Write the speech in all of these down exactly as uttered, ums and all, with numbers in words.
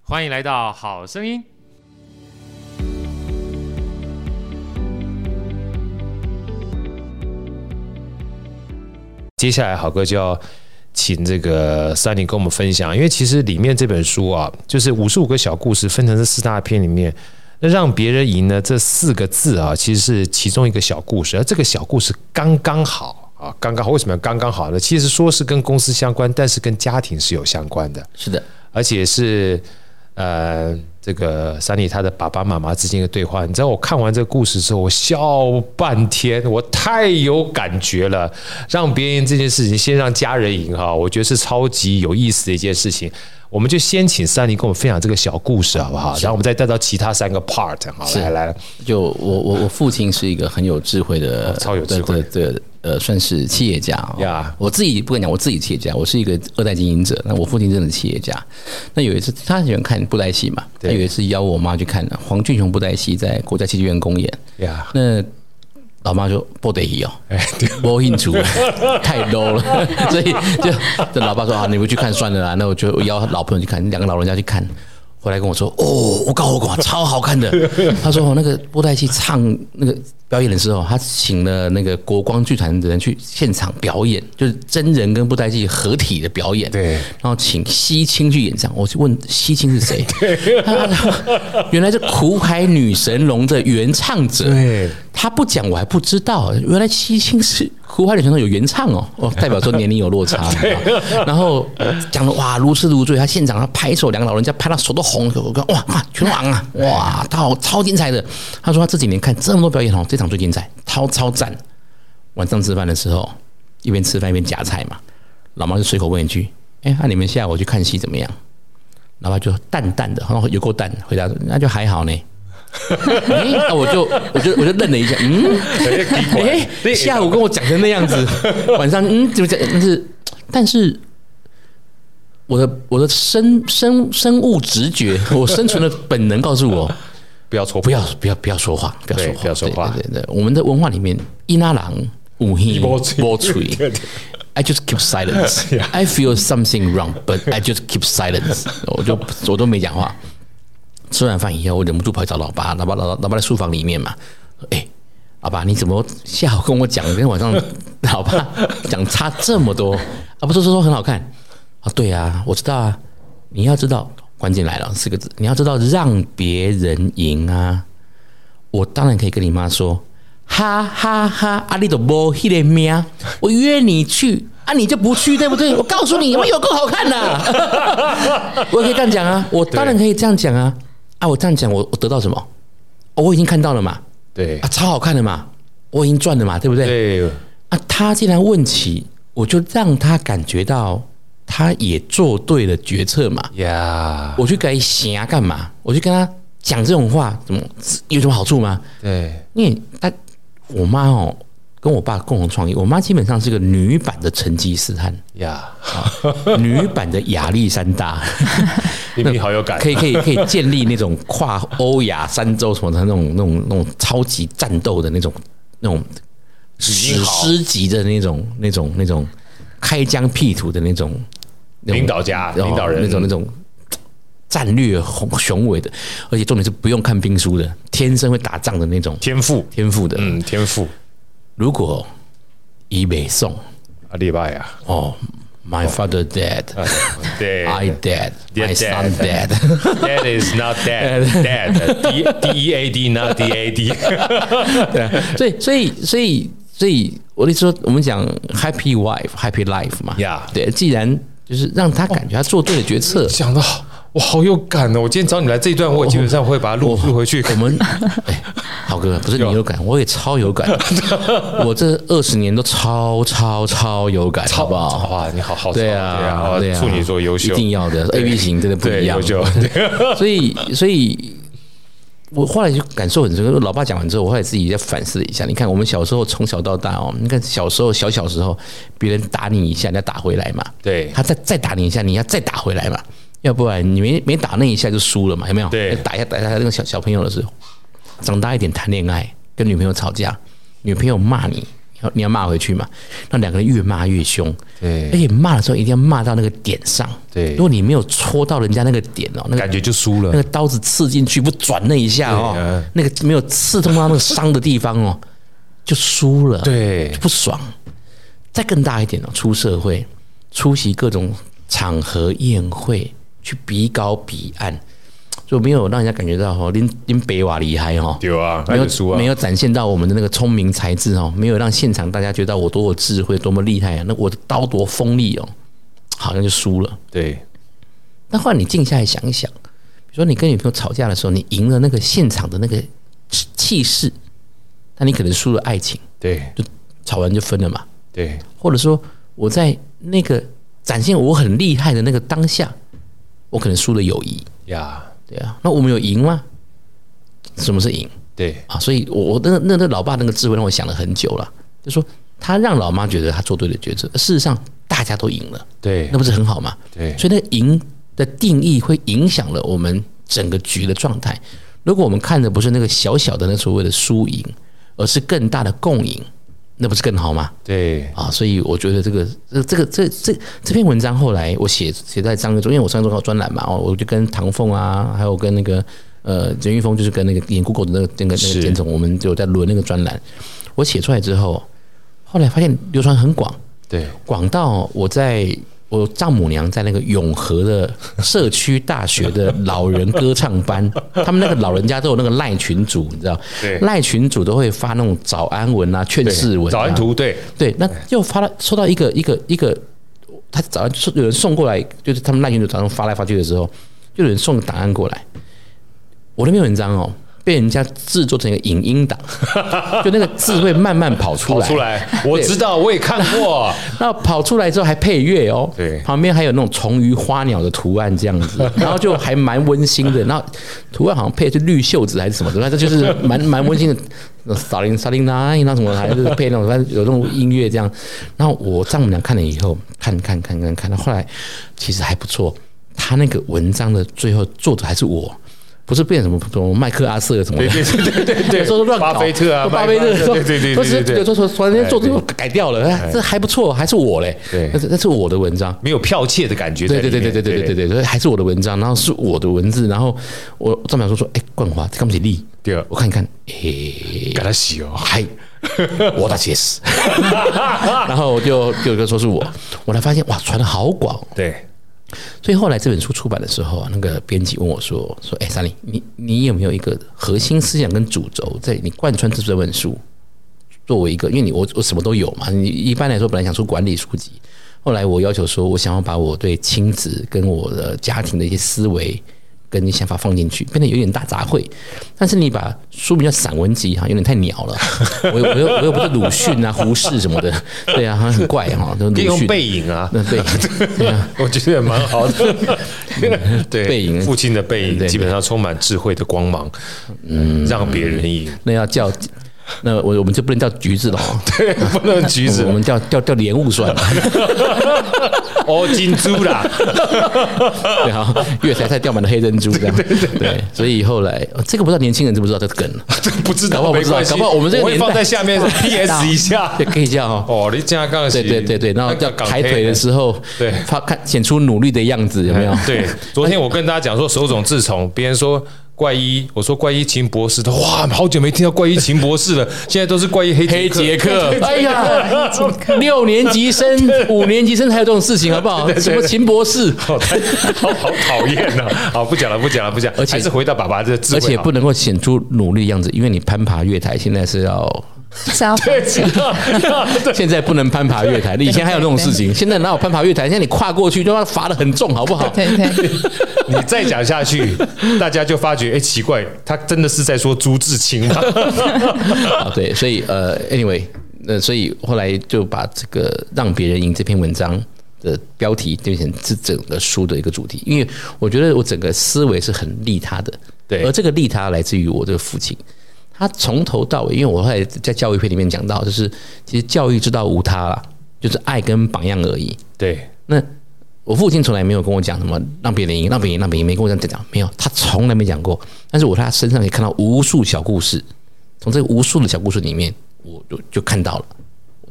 欢迎来到好声音。接下来好哥就要请这个Sunny跟我们分享，因为其实里面这本书啊，就是五十五个小故事分成这四大篇里面，那让别人赢呢这四个字啊，其实是其中一个小故事，而这个小故事刚刚好啊，刚刚好。为什么要刚刚好呢？其实说是跟公司相关，但是跟家庭是有相关的。 是的， 而且是呃，这个Sunny他的爸爸妈妈之间的对话。你知道我看完这个故事之后，我笑半天，我太有感觉了。让别人这件事情先让家人赢哈，我觉得是超级有意思的一件事情。我们就先请Sunny跟我们分享这个小故事好不好？然后我们再带到其他三个 part。好，来来来， 就我我我父亲是一个很有智慧的， 哦、超有智慧的的呃，算是企业家呀。 我自己不敢讲，我自己企业家，我是一个二代经营者。那我父亲真的企业家。那有一次他喜欢看布袋戏嘛，他有一次邀我妈去看黄俊雄布袋戏在国家戏剧院公演。 呀， 那老妈说不得意哦，没兴趣，太 low 了，所以就就老爸说啊，你不去看算了啦。那我就邀老朋友去看，两个老人家去看，回来跟我说，哦，我告诉你，超好看的。他说那个布袋戏唱那个表演的时候，他请了那个国光剧团的人去现场表演，就是真人跟布袋戏合体的表演。 对， 然后请西青去演唱。我去问西青是谁，原来是苦海女神龙的原唱者。 对。 他不讲我还不知道，原来西青是苦海女神龙有原唱哦，哦，代表说年龄有落差。然后讲的哇如痴如醉，他现场他拍手，两个老人家拍到手都红，我说哇哇拳王啊，哇他好超精彩的。他说他这几年看这么多表演哦，这场最精彩，超超赞。晚上吃饭的时候，一边吃饭一边夹菜嘛，老妈就随口问一句：“哎，那、啊、你们下午去看戏怎么样？”老爸就淡淡的，然后有够淡，回答：“那就还好呢。”欸啊、我就我就我就愣了一下，嗯，哎、欸，下午跟我讲成那样子，晚上嗯怎么讲？但是但是我的我的生生生物直觉，我生存的本能告诉我， 不要说不要不要不要说话，不要说话， 不要说话。 对对对，我们的文化里面，伊那郎五黑波吹。I just keep silence. I feel something wrong, but I just keep silence. 我就我都没讲话。吃完饭以后，我忍不住跑去找老爸，老爸老老爸在书房里面嘛。哎、欸，老爸，你怎么下午跟我讲，跟晚上老爸讲差这么多？啊，不是说很好看啊？对啊，我知道啊。你要知道，关键来了，四个字，你要知道让别人赢啊。我当然可以跟你妈说，哈哈哈，啊你都没那个命，我约你去。啊，你就不去，对不对？我告诉你，我有够好看的、啊。我也可以这样讲啊，我当然可以这样讲啊。啊，我这样讲，我我得到什么？哦、我已经看到了嘛。 对啊，超好看的嘛，我已经赚了嘛，对不对？ 对啊，他既然问起，我就让他感觉到他也做对了决策嘛。 呀、yeah ， 我去给他想干嘛？我去跟他讲这种话，怎么有什么好处吗？ 对， 因为他我妈哦。跟我爸共同创业，我妈基本上是个女版的成吉思汗呀， yeah 女版的亚历山大， 你好有感， 可以可以可以建立那种跨欧亚三洲什么的那种那种那种超级战斗的那种那种史诗级的那种那种那种开疆辟土的那种领导家、领导人那种那种战略雄伟的，而且重点是不用看兵书的，天生会打仗的那种天赋天赋的， 嗯，天赋。 如果以北宋啊，礼拜啊， 哦 ，My father dead, I dead, my son dead. That is not dead, dead. D E A D, not D A D. 对，所以所以所以所以我的说，我们讲 happy wife, happy life 嘛， 呀， 对，既然就是让他感觉他做对了决策， 讲得好。我好有感哦！我今天找你来这一段，我基本上会把它录录回去。 我们哎，好哥，不是你有感，我也超有感。我这二十年都超超超有感，好不好？ 哇，你好好， 对啊，对啊， 处女座优秀， 一定要的。A B 型真的不一样， 优秀。 所以，所以我后来就感受很深。老爸讲完之后，我后来自己在反思了一下。你看，我们小时候从小到大哦，你看小时候小小时候，别人打你一下，你要打回来嘛。 对， 他再再打你一下，你要再打回来嘛。要不然你没没打那一下就输了嘛？有没有？ 对， 打一下打一下那个小小朋友的时候，长大一点谈恋爱，跟女朋友吵架，女朋友骂你， 要你要骂回去嘛。那两个人越骂越凶， 对， 而且骂的时候一定要骂到那个点上， 对。 如果你没有戳到人家那个点哦，那个感觉就输了。 那个刀子刺进去不转那一下哦，啊、那个没有刺痛到那个伤的地方哦，就输了， 对， 就不爽。再更大一点哦，出社会出席各种场合宴会，去比高比暗。就没有让人家感觉到哦，您您北瓦厉害哦， 对啊， 没有输啊， 没有展现到我们的那个聪明才智哦，没有让现场大家觉得我多有智慧，多么厉害啊，那我的刀多锋利哦，好像就输了。 对。 但后来你静下来想一想，比如说你跟女朋友吵架的时候，你赢了那个现场的那个气势，但你可能输了爱情， 对， 就吵完就分了嘛， 对。 或者说我在那个展现我很厉害的那个当下，我可能输了友谊呀。 对啊，那我们有赢吗？什么是赢？ 对啊，所以我我那那那老爸那个智慧让我想了很久了，就说他让老妈觉得他做对了决策，事实上大家都赢了， 对， 那不是很好吗？ 对， 所以那赢的定义会影响了我们整个局的状态。如果我们看的不是那个小小的那所谓的输赢，而是更大的共赢，那不是更好吗？ 对啊，所以我觉得这个这这个这这这篇文章后来我写写在张哥中，因为我上周有专栏嘛，哦，我就跟唐凤啊，还有跟那个呃简玉峰，就是跟那个演 Google 的那个那个那个简总，我们就在轮那个专栏。我写出来之后，后来发现流传很广， 对， 广到我在我丈母娘在那个永和的社区大学的老人歌唱班，他们那个老人家都有那个赖群组，你知道，赖群组都会发那种早安文啊、劝世文、啊、 早安图，对对，那就发了收到一个一个一个，他早上有人送过来，就是他们赖群组早上发来发去的时候，就有人送档案过来，我那篇文章哦。被人家制作成一个影音档，就那个字会慢慢跑出来。 跑出来，我知道，我也看过。 那跑出来之后还配乐哦， 对， 旁边还有那种虫鱼、花鸟的图案这样子，然后就还蛮温馨的。然后图案好像配的是绿袖子还是什么的，那这就是蛮蛮温馨的。萨琳萨琳娜，那什么还是配那种，反正有那种音乐这样。然后我丈母娘看了以后，看看看看看，到后来其实还不错。他那个文章的最后作者还是我。不是变什么什么麦克阿瑟什么的， 对对对对对， 有时候乱搞， 巴菲特啊， 巴菲特， 对对对对对， 有时候突然间做这个改掉了，这还不错，还是我嘞， 对， 那是那是我的文章， 没有剽窃的感觉， 对对对对对对对对对，所以还是我的文章，然后是我的文字，然后我丈母娘说说，哎，冠华，这刚起立， 对， 我看一看，哎， 给他洗哦， 嗨，我的解释，然后我就就跟说是我，我才发现哇，传的好广， 对。 所以后来这本书出版的时候，那个编辑问我说：“说，哎，三林，你你有没有一个核心思想跟主轴，在你贯穿这本书，作为一个，因为你我我什么都有嘛。你一般来说，本来想出管理书籍，后来我要求说，我想要把我对亲子跟我的家庭的一些思维跟你想法放进去，变得有点大杂烩。但是你把书名叫散文集哈，有点太鸟了。我又我又我又不是鲁迅啊、胡适什么的，对啊，好像很怪哈。 可以用背影啊， 那背影， 我觉得也蛮好的。对， 背影， 父亲的背影基本上充满智慧的光芒，嗯，让别人赢。 那要叫。那我我们就不能叫橘子了哦， 对，不能橘子， 我们叫叫叫莲雾算了。 哦，金珠啦， 对哈，月台菜掉满了黑珍珠这样，对对对，所以后来这个不知道年轻人知不知道这个梗， 这不知道， 搞不好不知道，搞不好我们这个年代放在下面 P S 一下， 对，可以这样哦。 哦，你这样刚对对对对，然后要抬腿的时候， 对， 发看显出努力的样子，有没有？ 对，昨天我跟大家讲说手冢治虫，别人说。怪医，我说怪医秦博士的，哇，好久没听到怪医秦博士了，现在都是怪医黑黑杰克。哎呀，六年级生、五年级生才有这种事情，好不好？什么秦博士， 好好讨厌呐！好，不讲了，不讲了，不讲。而且还是回到爸爸的智慧， 而且不能够显出努力的样子，因为你攀爬月台现在是要。 是要放弃， 现在不能攀爬月台，以前还有那种事情，现在哪有攀爬月台？现在你跨过去就要罚得很重，好不好？ 对对， 你再讲下去，大家就发觉，哎，奇怪，他真的是在说朱自清吗？ 啊，对，所以呃 ，anyway， 呃，所以后来就把这个让别人赢这篇文章的标题变成是整个书的一个主题，因为我觉得我整个思维是很利他的， 对， 而这个利他来自于我这个父亲。他从头到尾，因为我后来在教育篇里面讲到，就是其实教育之道无他啦，就是爱跟榜样而已。 对， 那我父亲从来没有跟我讲什么让别人赢、让别人赢、让别人赢，没跟我这样讲，没有，他从来没讲过。但是我在他身上可以看到无数小故事，从这个无数的小故事里面，我就就看到了，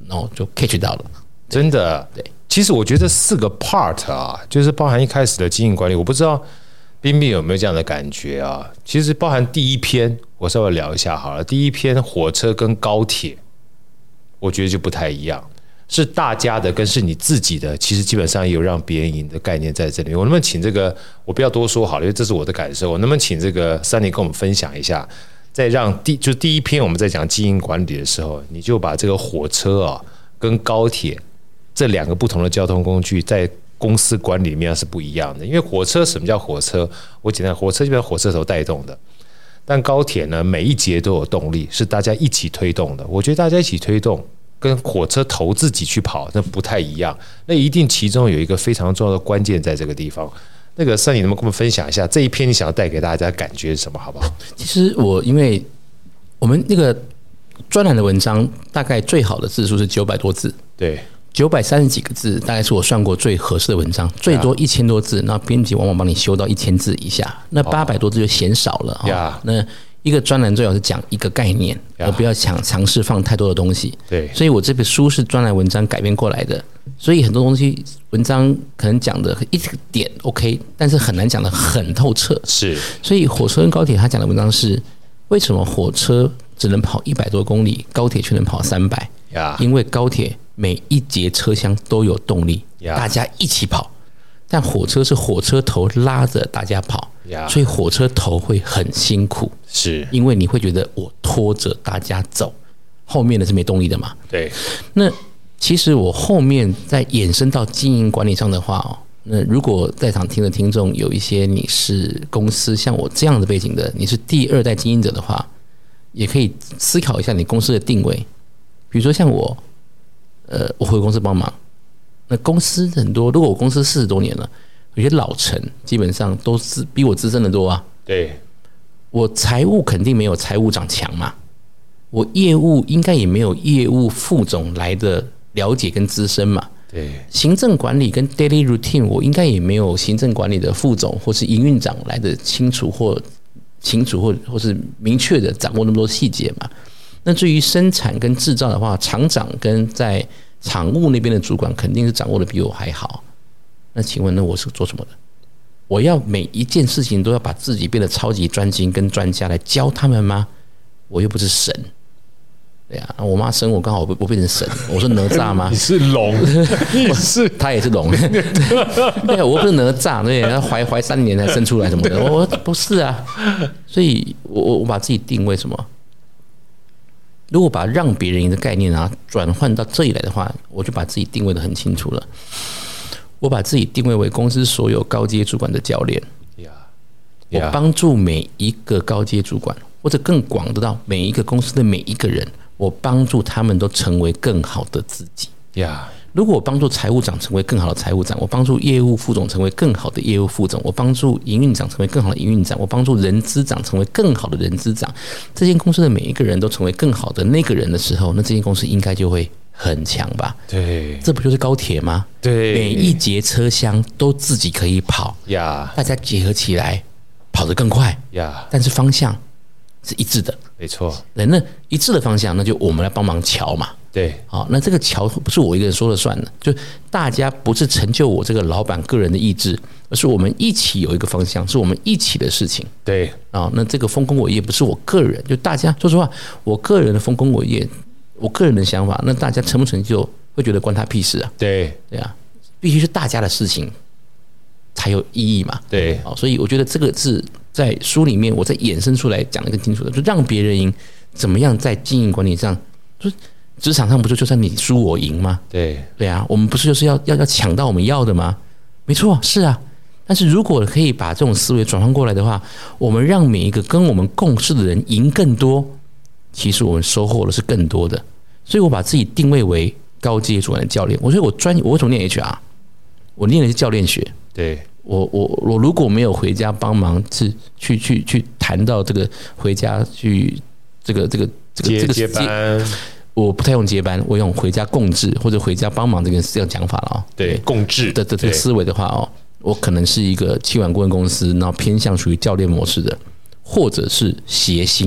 然后就 catch 到了。 真的， 对。 其实我觉得这四个 part 啊，就是包含一开始的经营管理，我不知道彬彬有没有这样的感觉啊？其实包含第一篇，我稍微聊一下好了。第一篇火车跟高铁，我觉得就不太一样，是大家的跟是你自己的，其实基本上也有让别人赢的概念在这里。我能不能请这个，我不要多说好了，因为这是我的感受。我能不能请这个Sunny跟我们分享一下，在让第就第一篇我们在讲经营管理的时候，你就把这个火车啊跟高铁这两个不同的交通工具在公司管理里面是不一样的。因为火车，什么叫火车？我简单，火车基本上火车头带动的，但高铁呢，每一节都有动力，是大家一起推动的。我觉得大家一起推动跟火车头自己去跑那不太一样，那一定其中有一个非常重要的关键在这个地方。那个Sunny，能不能跟我们分享一下这一篇你想要带给大家的感觉是什么，好不好？ 其实我因为我们那个专栏的文章大概最好的字数是九百多字， 对。 九百三十几个字，大概是我算过最合适的文章，最多一千多字，那编辑往往帮你修到一千字以下，那八百多字就嫌少了。 Yeah. 那一个专栏最好是讲一个概念， Yeah. 而不要想尝试放太多的东西。 对， 所以我这本书是专栏文章改编过来的，所以很多东西文章可能讲的一点 OK， 但是很难讲的很透彻。 是， 所以火车跟高铁他讲的文章是为什么火车只能跑一百多公里，高铁却能跑三百？ Yeah. 因为高铁每一节车厢都有动力， Yeah. 大家一起跑，但火车是火车头拉着大家跑， Yeah. 所以火车头会很辛苦， 是因为你会觉得我拖着大家走，后面的是没动力的嘛。 对。 那其实我后面再衍生到经营管理上的话哦，那如果在场听的听众有一些你是公司像我这样的背景的，你是第二代经营者的话，也可以思考一下你公司的定位。比如说像我，呃，我回公司帮忙，那公司很多，如果我公司四十多年了，有些老臣基本上都是比我资深的多啊。 对， 我财务肯定没有财务长强嘛，我业务应该也没有业务副总来的了解跟资深嘛。 对， 行政管理跟 daily routine， 我应该也没有行政管理的副总或是营运长来的清楚或清楚或或是明确的掌握那么多细节嘛。那至于生产跟制造的话，厂长跟在厂务那边的主管肯定是掌握的比我还好。那请问，那我是做什么的？我要每一件事情都要把自己变得超级专精跟专家来教他们吗？我又不是神。对啊，我妈生我刚好我变成神，我是哪吒吗？ 你是龙，你是他也是龙，对，我不是哪吒，对，他怀怀三年才生出来什么的，我不是啊，所以我我把自己定位什么？如果把让别人赢的概念啊转换到这里来的话，我就把自己定位得很清楚了。我把自己定位为公司所有高阶主管的教练， yeah. Yeah. 我帮助每一个高阶主管，或者更广的到每一个公司的每一个人，我帮助他们都成为更好的自己。 Yeah. 如果我帮助财务长成为更好的财务长，我帮助业务副总成为更好的业务副总，我帮助营运长成为更好的营运长，我帮助人资长成为更好的人资长，这间公司的每一个人都成为更好的那个人的时候，那这间公司应该就会很强吧？ 对， 这不就是高铁吗？ 对， 每一节车厢都自己可以跑， 呀， 大家结合起来跑得更快， 呀， 但是方向是一致的， 没错。 那一致的方向，那就我们来帮忙瞧嘛。 对， 好，那这个桥不是我一个人说了算的，就大家不是成就我这个老板个人的意志，而是我们一起有一个方向，是我们一起的事情。 对啊，那这个丰功伟业不是我个人，就大家说实话，我个人的丰功伟业，我个人的想法，那大家成不成就会觉得关他屁事啊？ 对对啊，必须是大家的事情才有意义嘛。 对， 好，所以我觉得这个是在书里面我再衍生出来讲得更清楚的，就让别人赢，怎么样在经营管理上，就职场上不就就算你输我赢吗？ 对对啊，我们不是就是要要要抢到我们要的吗？没错，是啊。但是如果可以把这种思维转换过来的话，我们让每一个跟我们共事的人赢更多，其实我们收获的是更多的。所以我把自己定位为高阶主管的教练。我觉得我专我为什么念 H R？ 我念的是教练学。 对， 我我我如果没有回家帮忙，是去去去谈到这个回家去这个这个这个这个接班。 我不太用接班，我用回家共治或者回家帮忙这个这样讲法了哦。 对，共治的的这个思维的话哦，我可能是一个企管顾问公司，然后偏向属于教练模式的，或者是谐星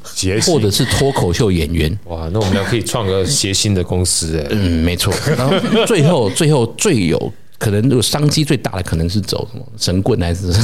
或者是脱口秀演员。 哇，那我们俩可以创个谐星的公司哎。 嗯，没错。然后最后最后最有可能有商机最大的可能是走什么神棍还是？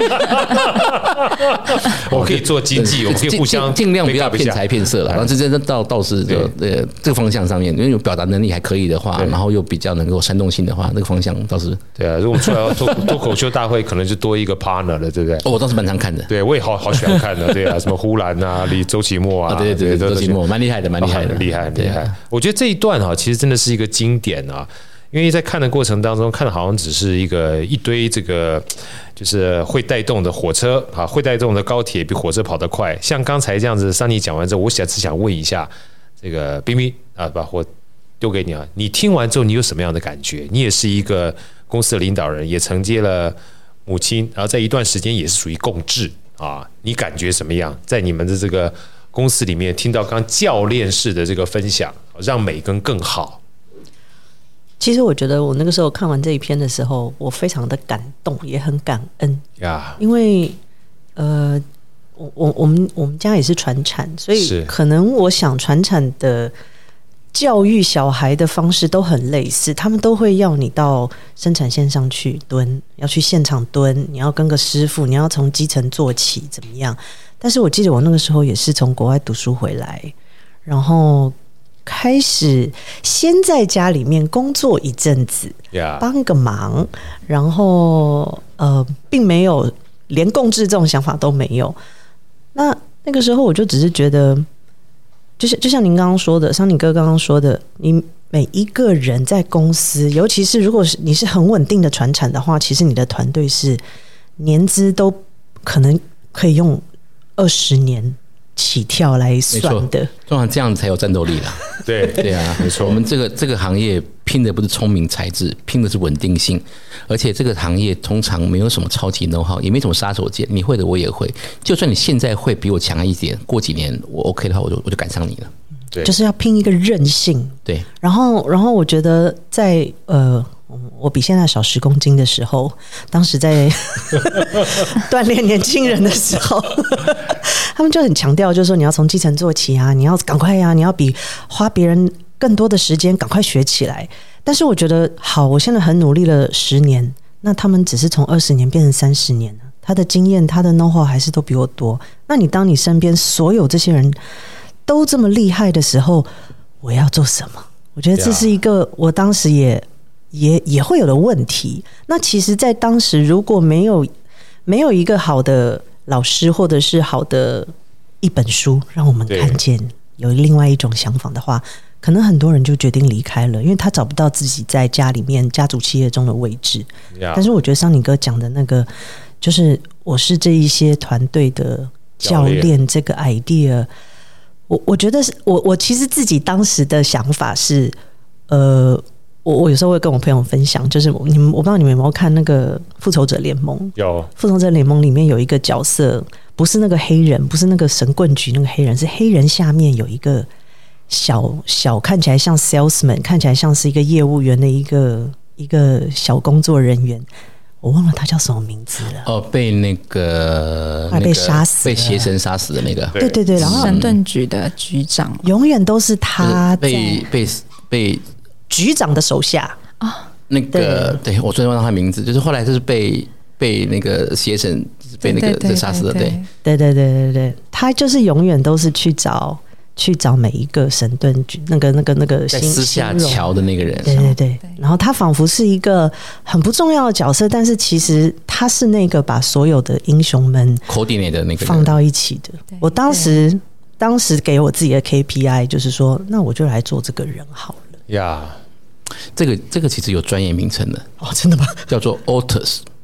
我可以做经济，我可以互相尽量不要骗财骗色了。然后这这倒倒是就呃这个方向上面，因为有表达能力还可以的话，然后又比较能够煽动性的话，那个方向倒是对啊。如果我们出来要脱脱口秀大会，可能就多一个 partner 了，对不对？ 哦，我倒是蛮常看的。 对，我也好好喜欢看的。对啊，什么呼兰啊、李周奇墨啊， 对对对，周奇墨蛮厉害的，蛮厉害的， 厉害厉害。我觉得这一段哈，其实真的是一个经典啊。因为在看的过程当中，看的好像只是一个一堆这个就是会带动的火车啊，会带动的高铁比火车跑得快。像刚才这样子，桑尼讲完之后，我想只想问一下这个冰冰啊，把火丢给你啊，你听完之后你有什么样的感觉？你也是一个公司的领导人，也承接了母亲，然后在一段时间也是属于共治啊，你感觉怎么样？在你们的这个公司里面听到刚教练式的这个分享，让美根更好。 其实我觉得我那个时候看完这一篇的时候，我非常的感动，也很感恩呀。因为呃，我我我们我们家也是传产，所以可能我想传产的教育小孩的方式都很类似，他们都会要你到生产线上去蹲，要去现场蹲，你要跟个师傅，你要从基层做起，怎么样？但是我记得我那个时候也是从国外读书回来，然后开始先在家里面工作一阵子，帮个忙，然后呃，并没有连共治这种想法都没有。那那个时候我就只是觉得，就是就像您刚刚说的，像你哥刚刚说的，你每一个人在公司，尤其是如果是你是很稳定的传产的话，其实你的团队是年资都可能可以用二十年起跳来算的， 通常这样才有战斗力啦。 对对啊，没错。我们这个这个行业拼的不是聪明才智，拼的是稳定性。而且这个行业通常没有什么超级 know how， 也没什么杀手锏，你会的我也会。就算你现在会比我强一点，过几年我 OK 的话，我就我就赶上你了。 对， 就是要拼一个韧性。 对， 然后然后我觉得在呃。我比现在少十公斤的时候，当时在锻炼年轻人的时候，他们就很强调，就是说你要从基层做起啊，你要赶快啊，你要比花别人更多的时间，赶快学起来。但是我觉得，好，我现在很努力了十年，那他们只是从二十年变成三十年了，他的经验、他的 know how 还是都比我多。那你当你身边所有这些人都这么厉害的时候，我要做什么？我觉得这是一个我当时也。也也会有的问题。那其实在当时如果没有没有一个好的老师或者是好的一本书让我们看见有另外一种想法的话，可能很多人就决定离开了，因为他找不到自己在家里面家族企业中的位置。Yeah. 但是我觉得桑尼哥讲的那个就是我是这一些团队的教练这个 idea， 我我觉得是我我其实自己当时的想法是呃我我有时候会跟我朋友分享，就是你们我不知道你们有没有看那个复仇者联盟？ 有。 复仇者联盟里面有一个角色，不是那个黑人，不是那个神棍局那个黑人，是黑人下面有一个小小看起来像 salesman， 看起来像是一个业务员的一个一个小工作人员，我忘了他叫什么名字了。 哦，被那个那个被杀死， 被邪神杀死的那个。 对对对，然后神盾局的局长永远都是他被被被。 局长的手下啊， 那个 对, 对我最忘了他名字，就是后来就是被被那个邪神被那个杀死了，对对对对对对，他就是永远都是去找去找每一个神盾局那个那个那个在私下瞧的那个人， 对对对，然后他仿佛是一个很不重要的角色，但是其实他是那个把所有的英雄们 coordinate 的那个放到一起的。我当时当时给我自己的 K P I 就是说，那我就来做这个人好了呀。Yeah. 这个这个其实有专业名称的哦，真的吗？ 叫做 O T O S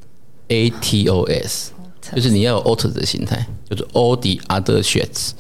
A T O S， 就是你要有 O T O S 的心态，就是 all the other shits，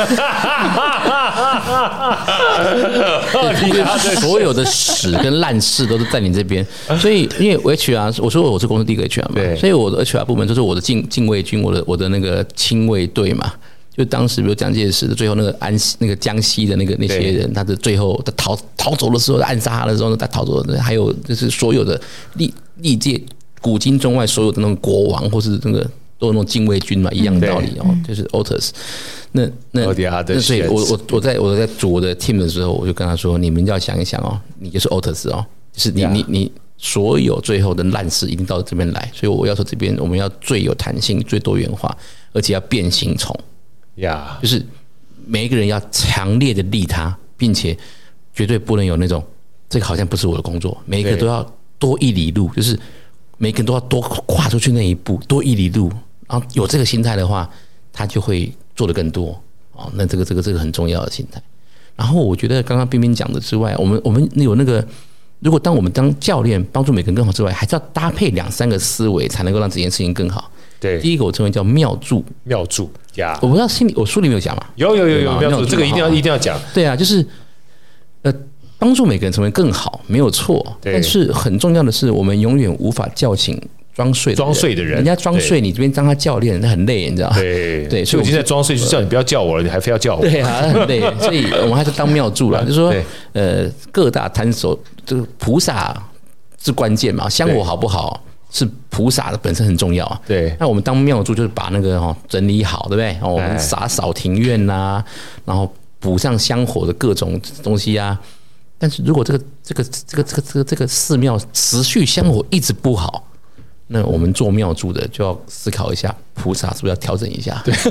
所有的屎跟烂事都是在你这边。所以因为 H R， 我说我是公司第一个 H R 嘛，所以我的 H R 部门就是我的禁禁卫军，我的我的那个亲卫队嘛。就当时比如蒋介石的最后那个安那个江西的那个那些人，他的最后他逃逃走的时候，暗杀他的时候，他逃走的，还有就是所有的历历届古今中外所有的那种国王或是那个都有那种禁卫军嘛，一样的道理哦，就是 Otters。那那那所以我我我在我在组我的 team 的时候，我就跟他说，你们要想一想哦，你就是 Otters 哦，就是你你你所有最后的烂事一定到这边来，所以我要求这边我们要最有弹性、最多元化，而且要变形虫， 呀， 就是每一个人要强烈的利他，并且绝对不能有那种这个好像不是我的工作，每一个都要多一里路，就是每个人都要多跨出去那一步，多一里路。然后有这个心态的话，他就会做得更多哦。那这个这个这个很重要的心态。然后我觉得刚刚彬彬讲的之外，我们我们有那个，如果当我们当教练帮助每个人更好之外，还是要搭配两三个思维，才能够让这件事情更好。 对， 第一个我称为叫妙助， 妙助呀， 我不知道心里我书里面有讲嘛？ 有有有有妙助，这个一定要一定要讲。 对啊，就是呃。帮助每个人成为更好，没有错。但是很重要的是，我们永远无法叫醒装睡装睡的人。 人家装睡，你这边当他教练，那很累，你知道吗？ 对对， 所以我现在装睡就叫你不要叫我了，你还非要叫我。 对啊，很累。所以我们还是当妙助了，就是说，呃，各大摊手，这个菩萨是关键嘛，香火好不好是菩萨的本身很重要啊。 对， 那我们当妙助就是把那个哦整理好，对不对？哦，我们洒扫庭院呐，然后补上香火的各种东西啊。但是如果这个这个这个这个这个这个寺庙持续香火一直不好，那我们做庙祝的就要思考一下，菩萨是不是要调整一下？对，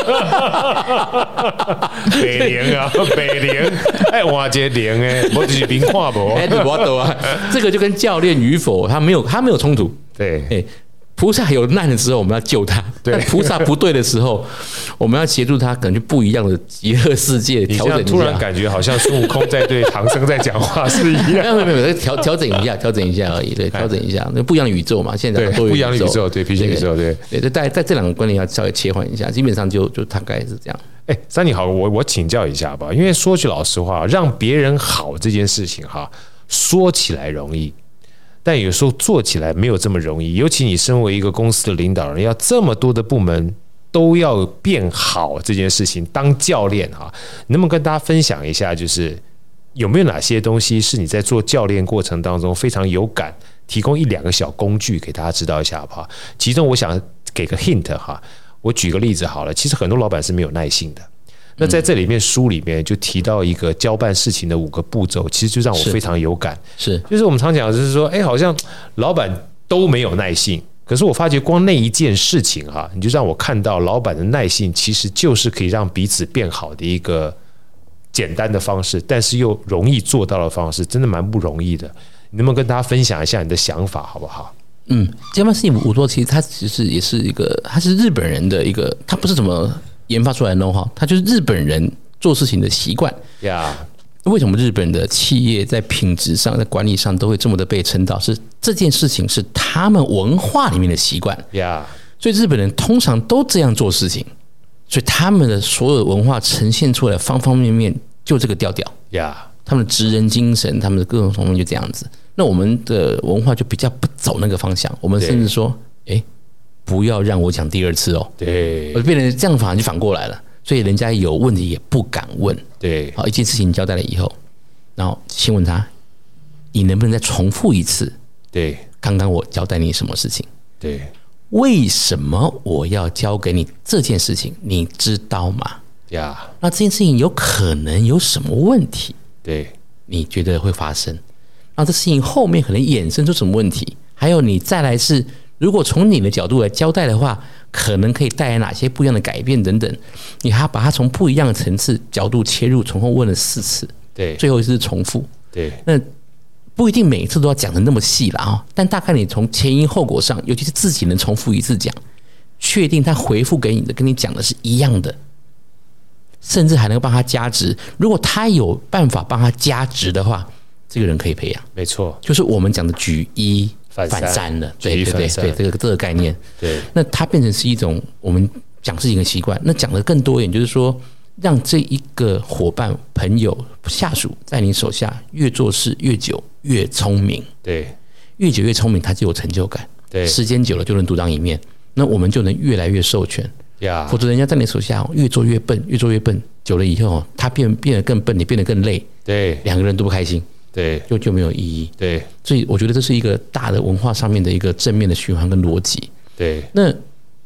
北陵啊，北陵，哎，哇，这陵哎，我就是明看不， 哎，我懂啊，这个就跟教练与否，他没有他没有冲突， 对， 哎。菩萨有难的时候，我们要救他；但菩萨不对的时候，我们要协助他，可能就不一样的极乐世界调整一下。 突然感觉好像孙悟空在对唐僧在讲话是一样。 没有没有没有，调调整一下，调整一下而已。对，调整一下，那不一样的宇宙嘛，现在都有不一样的宇宙，对，平行宇宙，对对对，在在这两个观念要稍微切换一下，基本上就就大概是这样。 哎，三你好，我我请教一下吧，因为说句老实话，让别人好这件事情哈，说起来容易。但有时候做起来没有这么容易，尤其你身为一个公司的领导人，要这么多的部门都要变好这件事情，当教练哈，能不能跟大家分享一下，就是有没有哪些东西是你在做教练过程当中非常有感，提供一两个小工具给大家知道一下好不好？其中我想给个 hint 哈，我举个例子好了，其实很多老板是没有耐性的。那在这里面书里面就提到一个交办事情的五个步骤，其实就让我非常有感。 是， 就是我们常讲，就是说，哎，好像老板都没有耐性，可是我发觉光那一件事情哈，你就让我看到老板的耐性其实就是可以让彼此变好的一个简单的方式，但是又容易做到的方式，真的蛮不容易的。你能不能跟大家分享一下你的想法，好不好？ 嗯，交办事情五座其实它其实也是一个，它是日本人的一个，它不是怎么研发出来的 know how， 它就是日本人做事情的习惯。 呀， yeah. 为什么日本的企业在品质上、在管理上都会这么的被称道？是这件事情是他们文化里面的习惯。 呀， yeah. 所以日本人通常都这样做事情，所以他们的所有文化呈现出来的方方面面就这个调调。 呀， yeah. 他们的职人精神，他们的各种方面就这样子。那我们的文化就比较不走那个方向，我们甚至说，哎。不要让我讲第二次哦， 对， 我变成这样反而就反过来了，所以人家有问题也不敢问。 对， 好，一件事情交代了以后，然后先问他，你能不能再重复一次？ 对， 刚刚我交代你什么事情？ 对， 为什么我要交给你这件事情？你知道吗？ 呀， 那这件事情有可能有什么问题？ 对， 你觉得会发生？那这事情后面可能衍生出什么问题？还有你再来是。如果从你的角度来交代的话，可能可以带来哪些不一样的改变等等，你还要把它从不一样的层次角度切入，从后问了四次， 对， 最后一次是重复， 对， 那不一定每一次都要讲的那么细啦啊，但大概你从前因后果上，尤其是自己能重复一次讲，确定他回复给你的跟你讲的是一样的，甚至还能帮他加值。如果他有办法帮他加值的话，这个人可以培养。 没错， 就是我们讲的举一反三了，对对对对，这个这个概念， 对， 那它变成是一种我们讲事情的习惯。那讲的更多一点，就是说，让这一个伙伴、朋友、下属在你手下越做事越久越聪明， 对， 越久越聪明，他就有成就感， 对， 时间久了就能独当一面，那我们就能越来越授权。 呀， 否则人家在你手下越做越笨，越做越笨，久了以后，他变变得更笨，你变得更累， 对， 两个人都不开心。 对， 就就没有意义。 对， 所以我觉得这是一个大的文化上面的一个正面的循环跟逻辑。 对， 那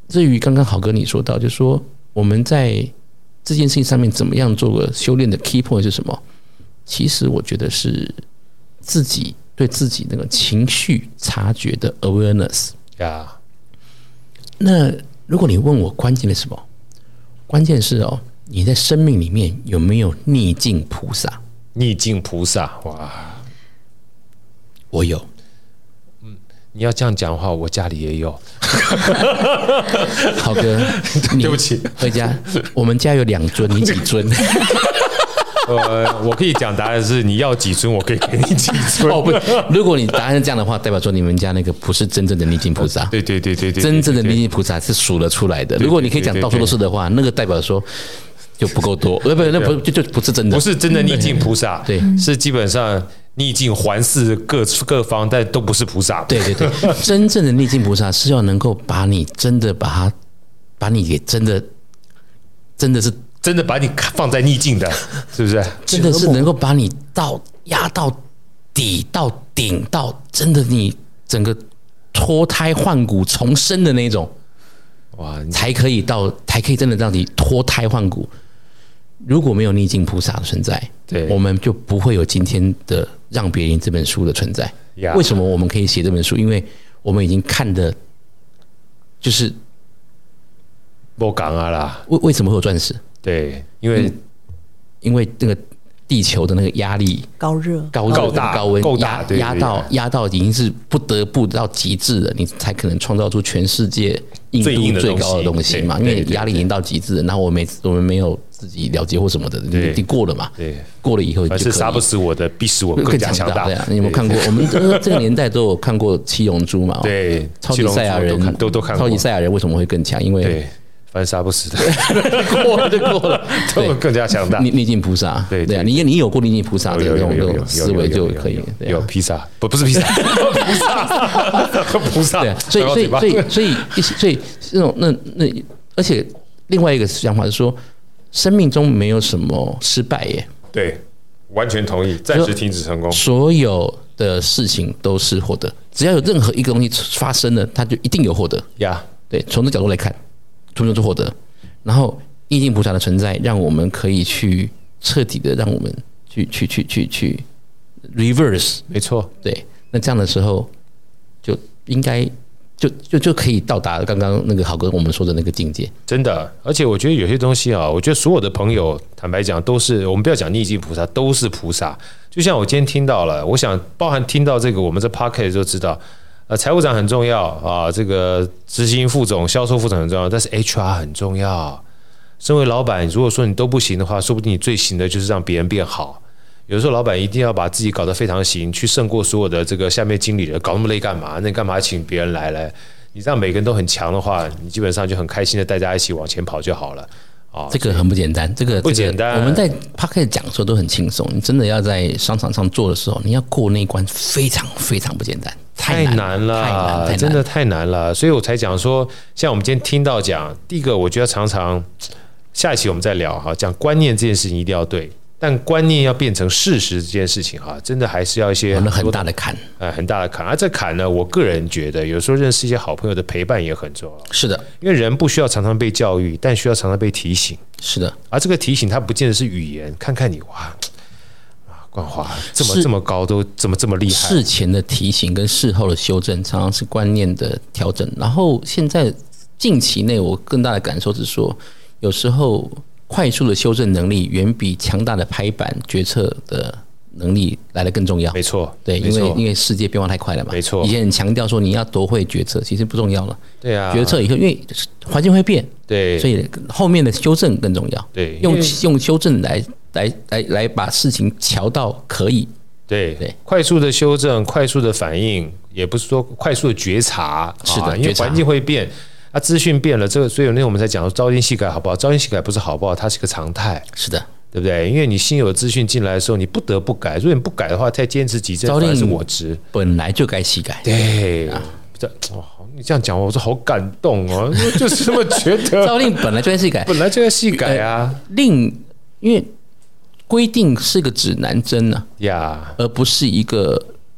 至于刚刚好哥你说到，就是说我们在这件事情上面怎么样做个修炼的 key point 是什么？其实我觉得是自己对自己那个情绪察觉的 awareness 呀。Yeah. 那如果你问我关键是什么？关键是哦，你在生命里面有没有逆境菩萨？ 逆境菩萨，哇， 我有。 嗯，你要这样讲的话，我家里也有。 好哥， 对不起， 回家，我们家有两尊，你几尊？ 呃，我可以讲答案是你要几尊，我可以给你几尊。 哦，不，如果你答案是这样的话，代表说你们家那个不是真正的逆境菩萨。 对对对对对， 真正的逆境菩萨是数得出来的。如果你可以讲到处都是的话，那个代表说就不够多，呃，不，那不就就不是真的， 不是真的逆境菩萨， 对， 是基本上逆境环视各各方，但都不是菩萨。 对对对，真正的逆境菩萨是要能够把你真的把它，把你给真的，真的是。 真的把你放在逆境的，是不是？ 真的是能够把你到压到底到顶到，真的你整个脱胎换骨重生的那种，哇，才可以到，才可以真的让你脱胎换骨。如果没有逆境菩萨的存在，对，我们就不会有今天的让别人这本书的存在。Yeah. 为什么我们可以写这本书？因为我们已经看的，就是不讲啊啦。 为为什么会有钻石？ 对，因为、嗯、 因为那个地球的那个压力高热、 高热、 大高温压压到压到已经是不得不到极致了，你才可能创造出全世界硬度最高的东西嘛。因为压力已经到极致了，然后我们我们没有自己了解或什么的，已经过了嘛。对，过了以后就可以。 是杀不死我的，逼使我更加强大。 对啊，你有没有看过？我们这个年代都有看过《七龙珠》嘛？ 对， 超级赛亚人都都看过。 超级赛亚人为什么会更强？因为反正杀不死的， 过了就过了， 对，更加强大。 逆逆境菩萨，对对啊，你你有过逆境菩萨的这种思维就可以。 有披萨，不不是披萨，菩萨，菩萨。 对，所以所以所以所以所以这种那那，而且另外一个想法是说，生命中没有什么失败耶。 对，完全同意，暂时停止成功。 所有的事情都是获得，只要有任何一个东西发生了，它就一定有获得呀。 对，从这角度来看。从中就获得，然后逆境菩萨的存在，让我们可以去彻底的，让我们去去去去去 reverse， 没错， 对，那这样的时候就应该就就就可以到达刚刚那个好哥我们说的那个境界， 真的。而且我觉得有些东西啊，我觉得所有的朋友，坦白讲，都是我们不要讲逆境菩萨，都是菩萨。就像我今天听到了，我想包含听到这个，我们在 podcast 就知道。呃，财务长很重要啊，这个执行副总、销售副总很重要，但是 H R 很重要。身为老板，如果说你都不行的话，说不定你最行的就是让别人变好。有的时候，老板一定要把自己搞得非常行，去胜过所有的这个下面经理人，搞那么累干嘛？那你干嘛请别人来来？你让每个人都很强的话，你基本上就很开心的带大家一起往前跑就好了。 哦，这个很不简单，这个不简单。 我们在 podcast 讲的时候都很轻松，你真的要在商场上做的时候，你要过那一关，非常非常不简单， 太难了， 太难，太难， 真的太难了。所以我才讲说，像我们今天听到讲，第一个，我觉得常常下一期我们再聊哈，讲观念这件事情一定要对。但观念要变成事实这件事情哈，真的还是要一些很, 很大的坎， 呃，很大的坎。而、啊、这坎呢，我个人觉得，有时候认识一些好朋友的陪伴也很重要。 是的， 因为人不需要常常被教育，但需要常常被提醒。 是的， 而这个提醒，它不见得是语言。看看你哇，啊，冠华这么这么高，都这么这么厉害。 事前的提醒跟事后的修正，常常是观念的调整。然后现在近期内，我更大的感受是说，有时候。快速的修正能力远比强大的拍板决策的能力来得更重要。 没错， 对，因为因为世界变化太快了嘛。 没错， 以前很强调说你要多会决策，其实不重要了。 对啊， 决策以后，因为环境会变， 对， 所以后面的修正更重要。 对， 用用修正来来来来把事情调到可以。 对对，快速的修正，快速的反应，也不是说快速的觉察。 是的， 啊、因为环境会变。啊，资讯变了，这个所以那我们才讲说朝令夕改好不好？朝令夕改不是好不好，它是个常态。 是的，对不对？因为你新有资讯进来的时候，你不得不改。如果你不改的话，太坚持己见，反而是我执。 本来就该夕改。 对啊，这哇，你这样讲，我说好感动哦，就是这么觉得。 朝令本来就该夕改， 本来就该夕改啊。 呃、令因为规定是个指南针啊， 呀， yeah. 而不是一个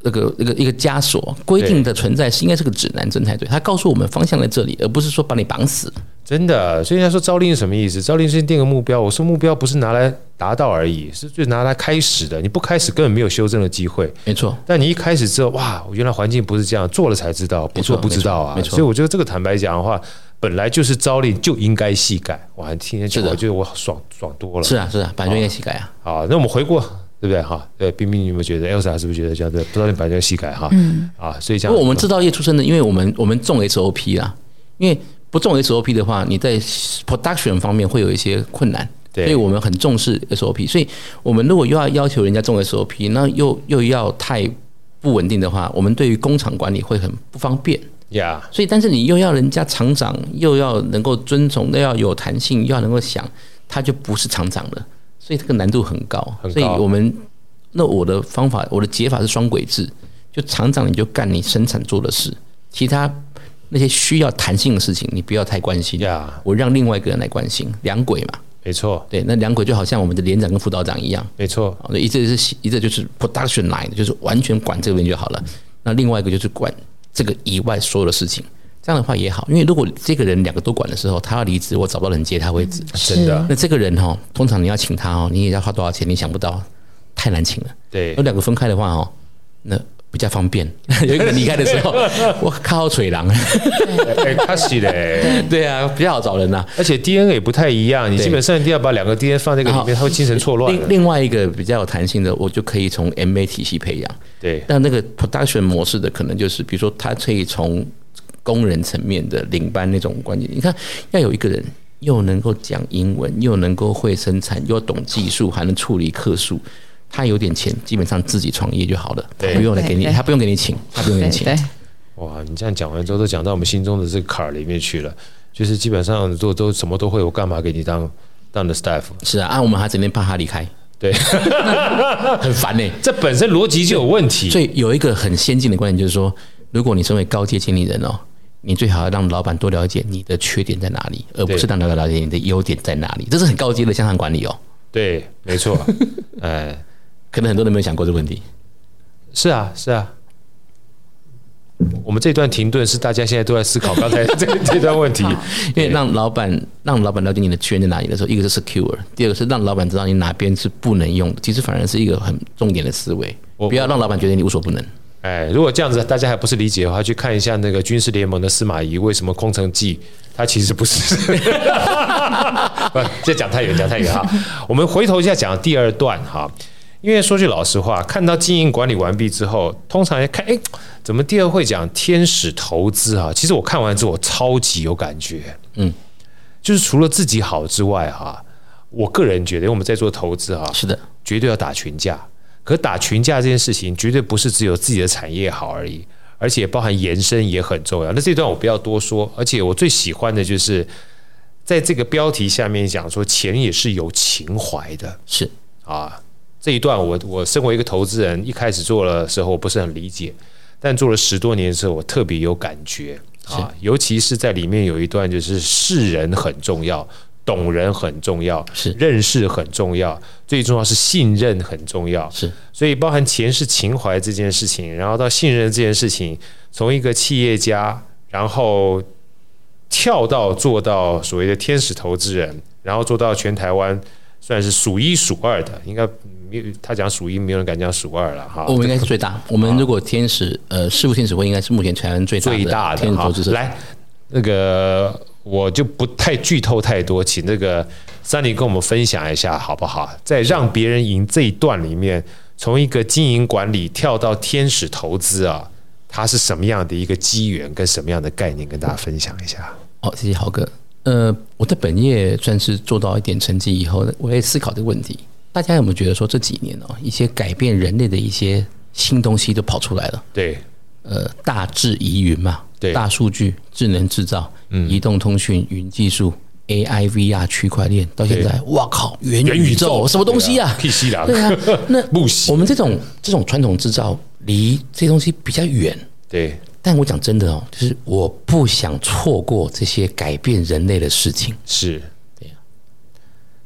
那个那个一个枷锁规定的存在是应该是个指南针才对，它告诉我们方向在这里，而不是说把你绑死。 真的，所以人家说朝令是什么意思？朝令是定个目标，我说目标不是拿来达到而已，是就拿来开始的。你不开始根本没有修正的机会。 没错， 但你一开始之后，哇，原来环境不是这样，做了才知道，不做不知道啊。 没错， 所以我觉得这个坦白讲的话，本来就是朝令就应该细改。我还听见讲，我觉得我爽爽多了。 是啊，是啊，本来就应该细改啊。 好，那我们回过。对不对哈？对，冰冰，你有没有觉得 Elsa 是不是觉得这样子？不知道你把这个细改哈，嗯啊，所以这样。 不过我们制造业出身的，因为我们我们重 S O P 啦，因为不重 S O P 的话，你在 production 方面会有一些困难，所以我们很重视 S O P。所以我们如果又要要求人家重 S O P， 那又又要太不稳定的话，我们对于工厂管理会很不方便。 呀、yeah. 所以但是你又要人家厂长，又要能够尊重，又要有弹性，又要能够想，他就不是厂长了。所以这个难度很高， 很高， 所以我们那我的方法，我的解法是双轨制，就厂长你就干你生产做的事，其他那些需要弹性的事情你不要太关心， yeah. 我让另外一个人来关心，两轨嘛， 没错， 对，那两轨就好像我们的连长跟副导长一样， 没错， 一个是一个就是 production line， 就是完全管这个边就好了，那另外一个就是管这个以外所有的事情。这样的话也好，因为如果这个人两个都管的时候，他要离职，我找不到人接他位置， 真的。 那这个人哈，通常你要请他哦，你也要花多少钱？你想不到，太难请了。 对， 有两个分开的话哦，那比较方便。有一个人离开的时候，我靠垂狼， 哎，他是的， 对啊，比较好找人呐、啊。 而且 D N A 也不太一样，你基本上一定要把两个 D N A 放在这个里面，他会精神错乱。 另另外一个比较有弹性的，我就可以从 M A 体系培养。 对， 但那个 production 模式的，可能就是比如说，他可以从工人层面的领班那种观念，你看要有一个人又能够讲英文，又能够会生产，又懂技术，还能处理客诉，他有点钱，基本上自己创业就好了，他不用来给你，他不用给你请，他不用给你请。 哇，你这样讲完之后，都讲到我们心中的这个坎儿里面去了，就是基本上都都什么都会，我干嘛给你当当的 staff？ 是啊，啊，我们还整天怕他离开。 对， 很烦呢、欸。 这本身逻辑就有问题。 所以有一个很先进的观点，就是说，如果你身为高阶经理人哦，你最好要让老板多了解你的缺点在哪里，而不是让他了解你的优点在哪里。这是很高阶的向上管理哦。 对，没错。哎， 可能很多人没有想过这个问题。 是啊，是啊。我们这段停顿是大家现在都在思考刚才这这段问题， 因为让老板让老板了解你的缺点在哪里的时候，一个是 secure， 第二个是让老板知道你哪边是不能用的，其实反而是一个很重点的思维，不要让老板觉得你无所不能。 哎，如果这样子大家还不是理解的话，去看一下那个军事联盟的司马懿为什么空城计，他其实不是。不，这讲太远，讲太远哈。我们回头一下讲第二段哈。因为说句老实话，看到经营管理完毕之后，通常看，哎，怎么第二会讲天使投资啊？其实我看完之后，我超级有感觉，嗯，就是除了自己好之外，哈，我个人觉得，因为我们在做投资啊， 是的， 绝对要打群架。可打群架这件事情，绝对不是只有自己的产业好而已，而且包含延伸也很重要。那这段我不要多说，而且我最喜欢的就是在这个标题下面讲说，钱也是有情怀的， 是啊。这一段我我身为一个投资人，一开始做的时候我不是很理解，但做了十多年之后，我特别有感觉啊，尤其是在里面有一段就是识人很重要，懂人很重要， 是认识很重要，最重要是信任很重要， 是， 所以包含钱是情怀这件事情，然后到信任这件事情，从一个企业家，然后跳到做到所谓的天使投资人，然后做到全台湾算是数一数二的，应该。他讲数一，没有人敢讲数二了哈。 我们应该是最大。我们如果天使呃世富天使会应该是目前台湾最大的最大的天使投资者。 来，那个我就不太剧透太多，请那个三林跟我们分享一下好不好？在让别人赢这一段里面，从一个经营管理跳到天使投资啊，它是什么样的一个机缘跟什么样的概念，跟大家分享一下。 哦，谢谢豪哥。呃，我在本业算是做到一点成绩以后，我也思考这个问题。大家有没有觉得说这几年哦，一些改变人类的一些新东西都跑出来了？ 对， 呃，大智疑云嘛， 对， 大数据、智能制造、嗯、移动通讯、云技术、A I、V R、区块链，到现在，哇靠，元宇宙什么东西啊？ 屁西啦！ 对啊，那不行。 我们这种这种传统制造离这些东西比较远， 对。 但我讲真的哦，就是我不想错过这些改变人类的事情。 是。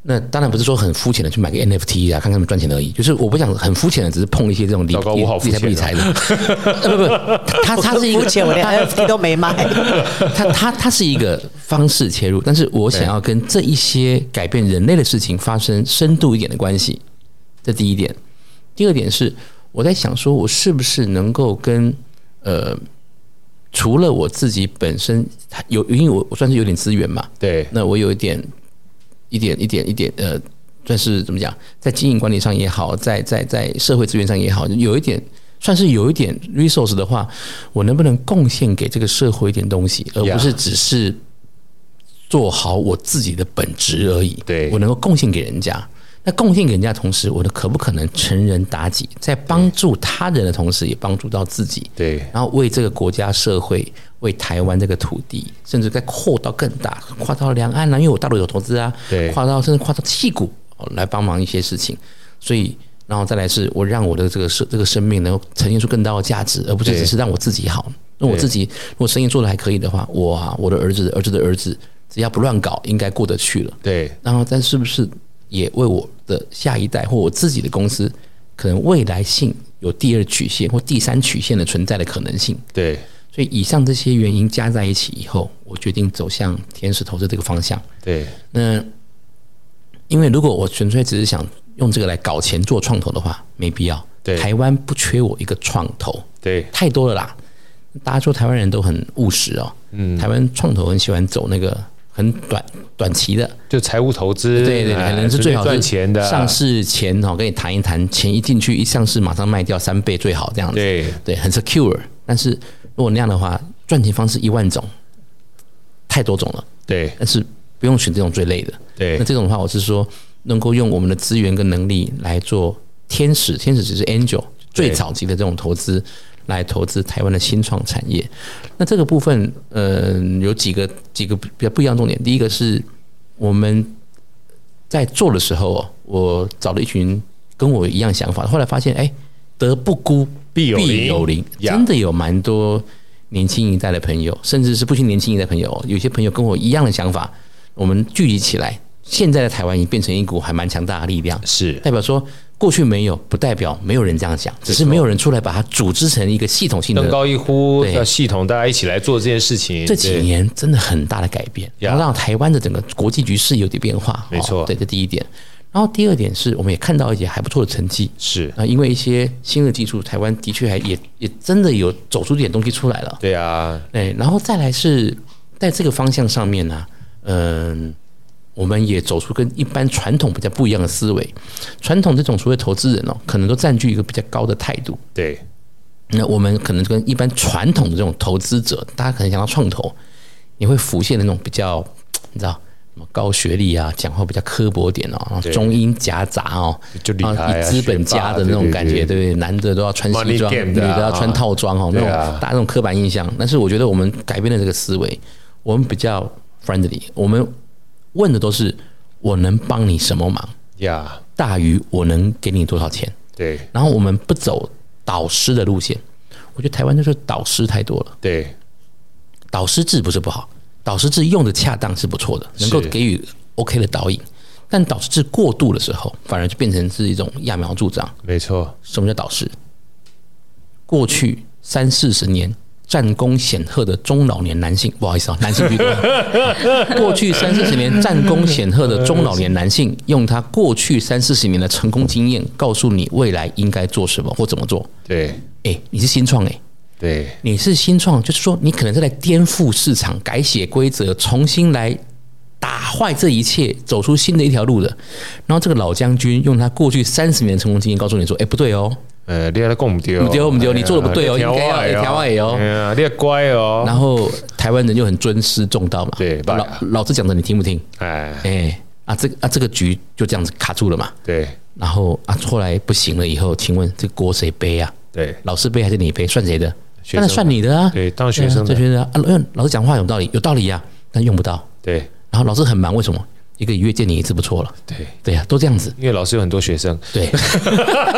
那当然不是说很肤浅的去买个 N F T 啊，看看他们赚钱而已。就是我不想很肤浅的，只是碰一些这种理糟糕，我好肤浅理财不理财的。不不，他他是一个肤浅，我连 N F T 都没买。 他他他是一个方式切入，但是我想要跟这一些改变人类的事情发生深度一点的关系，这第一点。第二点是我在想说，我是不是能够跟呃，除了我自己本身有，因为我我算是有点资源嘛， 对， 那我有一点。一点一点一点呃，算是怎么讲，在经营管理上也好，在在在社会资源上也好，有一点算是有一点 resource 的话，我能不能贡献给这个社会一点东西，而不是只是做好我自己的本职而已。 对， 我能够贡献给人家。那贡献给人家的同时，我的可不可能成人达己，在帮助他人的同时，也帮助到自己？ 对， 然后为这个国家社会，为台湾这个土地，甚至再扩到更大，跨到两岸啊，因为我大陆有投资啊， 对， 跨到甚至跨到矽谷来帮忙一些事情，所以。然后再来是我让我的这个生这个生命能够呈现出更高的价值，而不是只是让我自己好。那我自己如果生意做得还可以的话，我啊，我的儿子、儿子的儿子，只要不乱搞，应该过得去了。 对。 然后，但是不是也为我的下一代或我自己的公司，可能未来性有第二曲线或第三曲线的存在的可能性？ 对。 所以以上这些原因加在一起以后，我决定走向天使投资这个方向。 对。 那因为如果我纯粹只是想用这个来搞钱做创投的话，没必要。 对， 台湾不缺我一个创投， 对， 太多了啦。大家说台湾人都很务实哦，嗯，台湾创投很喜欢走那个很短短期的， 就财务投资， 对对，可能是最好赚钱的， 上市前哦跟你谈一谈，钱一进去一上市马上卖掉三倍最好这样子， 对对，很 secure。但是如果那样的话，赚钱方式一万种，太多种了， 对， 但是不用选这种最累的， 对。 那这种的话，我是说。能够用我们的资源跟能力来做天使，天使只是 angel 最早级的这种投资，来投资台湾的新创产业。那这个部分，呃，有几个几个比较不一样的重点。第一个是我们在做的时候，我找了一群跟我一样想法，后来发现，哎，德不孤必有必有邻，真的有蛮多年轻一代的朋友，甚至是不是年轻一代的朋友，有些朋友跟我一样的想法，我们聚集起来。现在的台湾已经变成一股还蛮强大的力量， 是代表说过去没有，不代表没有人这样想，只是没有人出来把它组织成一个系统性的。 登高一呼，要系统，大家一起来做这件事情。 这几年真的很大的改变，然后让台湾的整个国际局势有点变化。 没错， 对，这第一点。然后第二点是，我们也看到一些还不错的成绩。 是啊，因为一些新的技术，台湾的确还也也真的有走出点东西出来了。 对啊， 对，然后再来是在这个方向上面呢，嗯。我们也走出跟一般传统比较不一样的思维。传统这种所谓投资人哦，可能都占据一个比较高的态度。 对， 那我们可能跟一般传统的这种投资者，大家可能想到创投，你会浮现那种比较，你知道什么高学历啊，讲话比较刻薄点哦，然后中英夹杂哦， 就厉害啊， 以资本家的那种感觉，对不对？男的都要穿西装，女的要穿套装哦，那种大家那种刻板印象。但是我觉得我们改变了这个思维，我们比较 friendly， 我们。问的都是我能帮你什么忙呀， yeah. 大于我能给你多少钱。 对， 然后我们不走导师的路线，我觉得台湾就是导师太多了。 对， 导师制不是不好，导师制用的恰当是不错的，能够给予 OK 的导引。但导师制过度的时候，反而就变成是一种揠苗助长。 没错， 什么叫导师？过去三四十年。战功显赫的中老年男性，不好意思啊，男性居多。过去三四十年战功显赫的中老年男性，用他过去三四十年的成功经验，告诉你未来应该做什么或怎么做。 对， 哎、欸，你是新创哎， 对， 你是新创，就是说你可能是来颠覆市场、改写规则、重新来打坏这一切，走出新的一条路的。然后这个老将军用他过去三十年的成功经验，告诉你说：“哎、欸，不对哦。” 呃，你还讲唔对， 唔对，唔对，你做的不对哦，应该要调矮哦。 你要乖哦。 然后台湾人又很尊师重道嘛， 对， 老老子讲的你听不听？ 哎哎啊，这个啊这个局就这样子卡住了嘛。 对。 然后啊后来不行了以后，请问这个锅谁背啊？ 对， 老师背还是你背？算谁的？当然算你的啊。 对，当学生的， 这学生啊，因为老师讲话有道理，有道理呀、啊，但用不到。 对。 然后老师很忙，为什么？一个月见你一次不错了， 对对呀、啊，都这样子。 因为老师有很多学生， 对，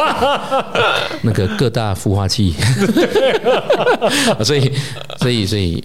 那个各大孵化器，所以所以所以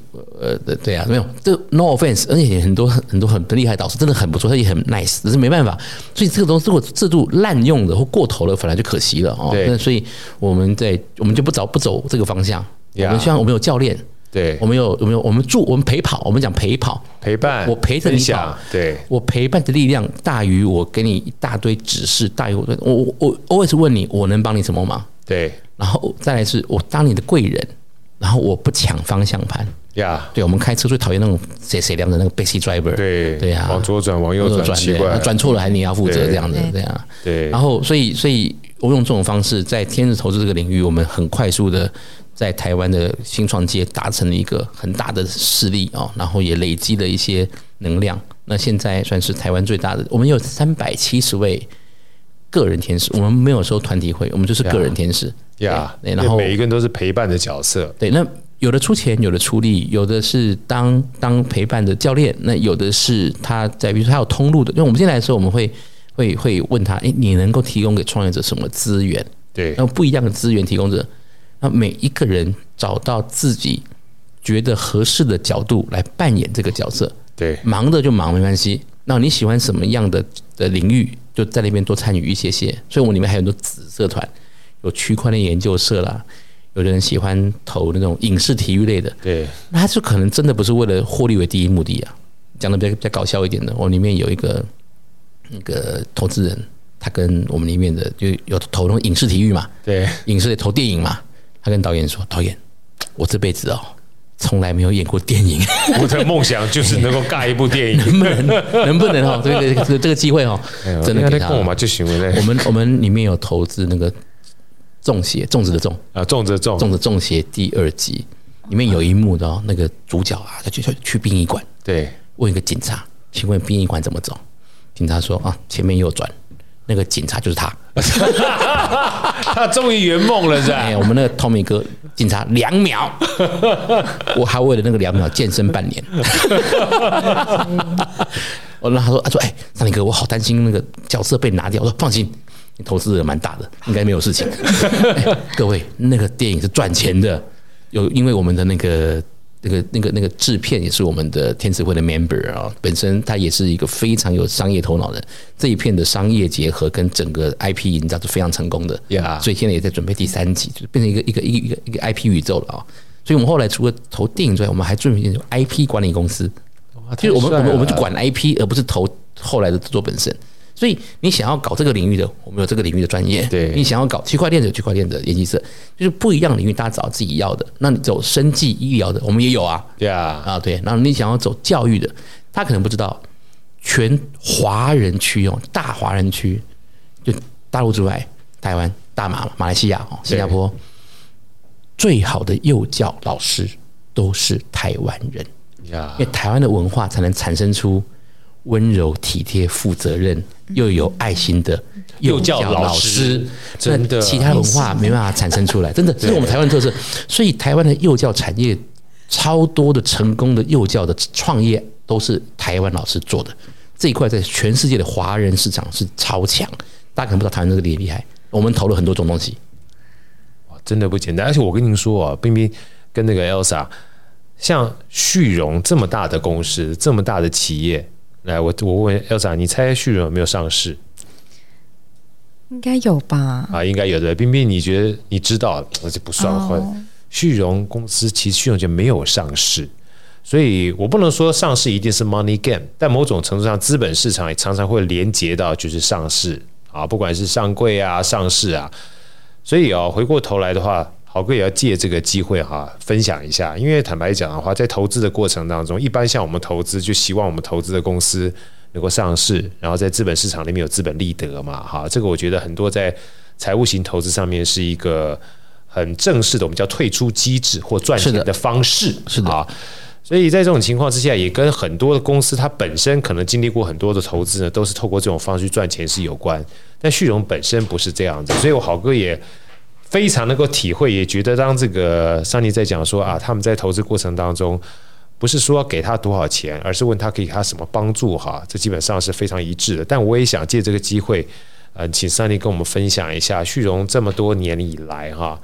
呃，对啊，没有，这 no offense， 而且很多很多很厉害的导师真的很不错，他也很 nice， 只是没办法，所以这个东西如果制度滥用的或过头了，本来就可惜了哦。那所以我们在我们就不走不走这个方向， yeah, 我们希望我们有教练， 对， 我们有我们有我们助我们陪跑，我们讲陪跑陪伴， 我陪着你跑， 对， 我陪伴的力量大于我给你一大堆指示，大于我我我 always 问你我能帮你什么忙， 对， 然后再来是我当你的贵人，然后我不抢方向盘。 呀、yeah, ， 对，我们开车最讨厌那种谁谁亮的那个 backseat driver， 对对呀、啊， 往左转往右转，奇怪， 转错了还你要负责这样子，这样。 对， 然后所以所以我用这种方式在天使投资这个领域，我们很快速的在台湾的新创界达成了一个很大的势力哦，然后也累积了一些能量。那现在算是台湾最大的，我们有三百七十位个人天使，我们没有收团体会，我们就是个人天使呀。Yeah, 然后每一个人都是陪伴的角色， 对，那。有的出钱，有的出力，有的是当当陪伴的教练，那有的是他在，比如说他有通路的。因为我们进来的时候，我们会会会问他，哎，你能够提供给创业者什么资源？ 对， 然后不一样的资源提供者，那每一个人找到自己觉得合适的角度来扮演这个角色。 对， 忙的就忙没关系。那你喜欢什么样的的领域，就在那边多参与一些些。所以我们里面还有很多子社团，有区块链研究社啦。有的人喜欢投那种影视体育类的， 对， 那他就可能真的不是为了获利为第一目的啊。讲的比较比较搞笑一点的，我里面有一个那个投资人，他跟我们里面的就有投那种影视体育嘛， 对， 影视类投电影嘛，他跟导演说：“导演，我这辈子哦，从来没有演过电影， 我的梦想就是能够尬一部电影， 能不能？能不能哦？这个这个这个机会哦，真的给他。我们我们里面有投资那个。”粽邪，粽子的粽啊，粽子的粽， 粽子粽邪第二集里面有一幕的那个主角啊，他就去殡仪馆， 对， 问一个警察，请问殡仪馆怎么走？警察说啊，前面右转。那个警察就是他， 他终于圆梦了，是吧？ 哎，我们那个 Tommy 哥，警察两秒，我还为了那个两秒健身半年。我让他说，他说，哎，三林哥，我好担心那个角色被拿掉。我说放心。你投资额蛮大的，应该没有事情。欸、各位，那个电影是赚钱的，有因为我们的那个那个那个那个制片也是我们的天使会的 member 啊，本身他也是一个非常有商业头脑的。这一片的商业结合跟整个 I P 营造是非常成功的， yeah. 所以现在也在准备第三集，就是变成一个一个一个一个 I P 宇宙了啊。所以我们后来除了投电影之外，我们还准备 I P 管理公司，就是我们我们我们去管 I P， 而不是投后来的制作本身。所以你想要搞这个领域的，我们有这个领域的专业； 对， 你想要搞区块链的，有区块链的研究社，就是不一样的领域，大家找自己要的。那你走生技医疗的，我们也有啊， 对啊， 啊对。然后你想要走教育的，他可能不知道，全华人区哦，大华人区，就大陆之外，台湾、大马、马来西亚、哦、新加坡，最好的幼教老师都是台湾人，因为台湾的文化才能产生出温柔、体贴、负责任又有爱心的幼教老师， 真的， 其他文化没办法产生出来，真的，这是我们台湾的特色。所以台湾的幼教产业超多的成功的幼教的创业都是台湾老师做的，这一块在全世界的华人市场是超强。大家可能不知道台湾这个厉害，我们投了很多种东西， 真的不简单。而且我跟您说啊，冰冰跟那个 Elsa， 像旭荣这么大的公司，这么大的企业。来，我我问 Elsa， 你猜旭荣有没有上市？ 应该有吧？ 啊，应该有的。冰冰，你觉得你知道，而且不算话。Oh. 旭荣公司其实旭荣就没有上市，所以我不能说上市一定是 money game， 但某种程度上，资本市场也常常会连接到就是上市啊，不管是上柜啊、上市啊。所以啊，回过头来的话。好哥也要借这个机会哈，分享一下。因为坦白讲的话，在投资的过程当中，一般像我们投资，就希望我们投资的公司能够上市，然后在资本市场里面有资本利得嘛，哈，这个我觉得很多在财务型投资上面是一个很正式的，我们叫退出机制或赚钱的方式， 是的啊。 所以在这种情况之下，也跟很多的公司它本身可能经历过很多的投资呢，都是透过这种方式去赚钱是有关。但旭荣本身不是这样子，所以我好哥也。非常能够体会，也觉得当这个桑尼在讲说啊，他们在投资过程当中，不是说要给他多少钱，而是问他可以给他什么帮助哈，这基本上是非常一致的。但我也想借这个机会，呃，请桑尼跟我们分享一下旭荣这么多年以来哈，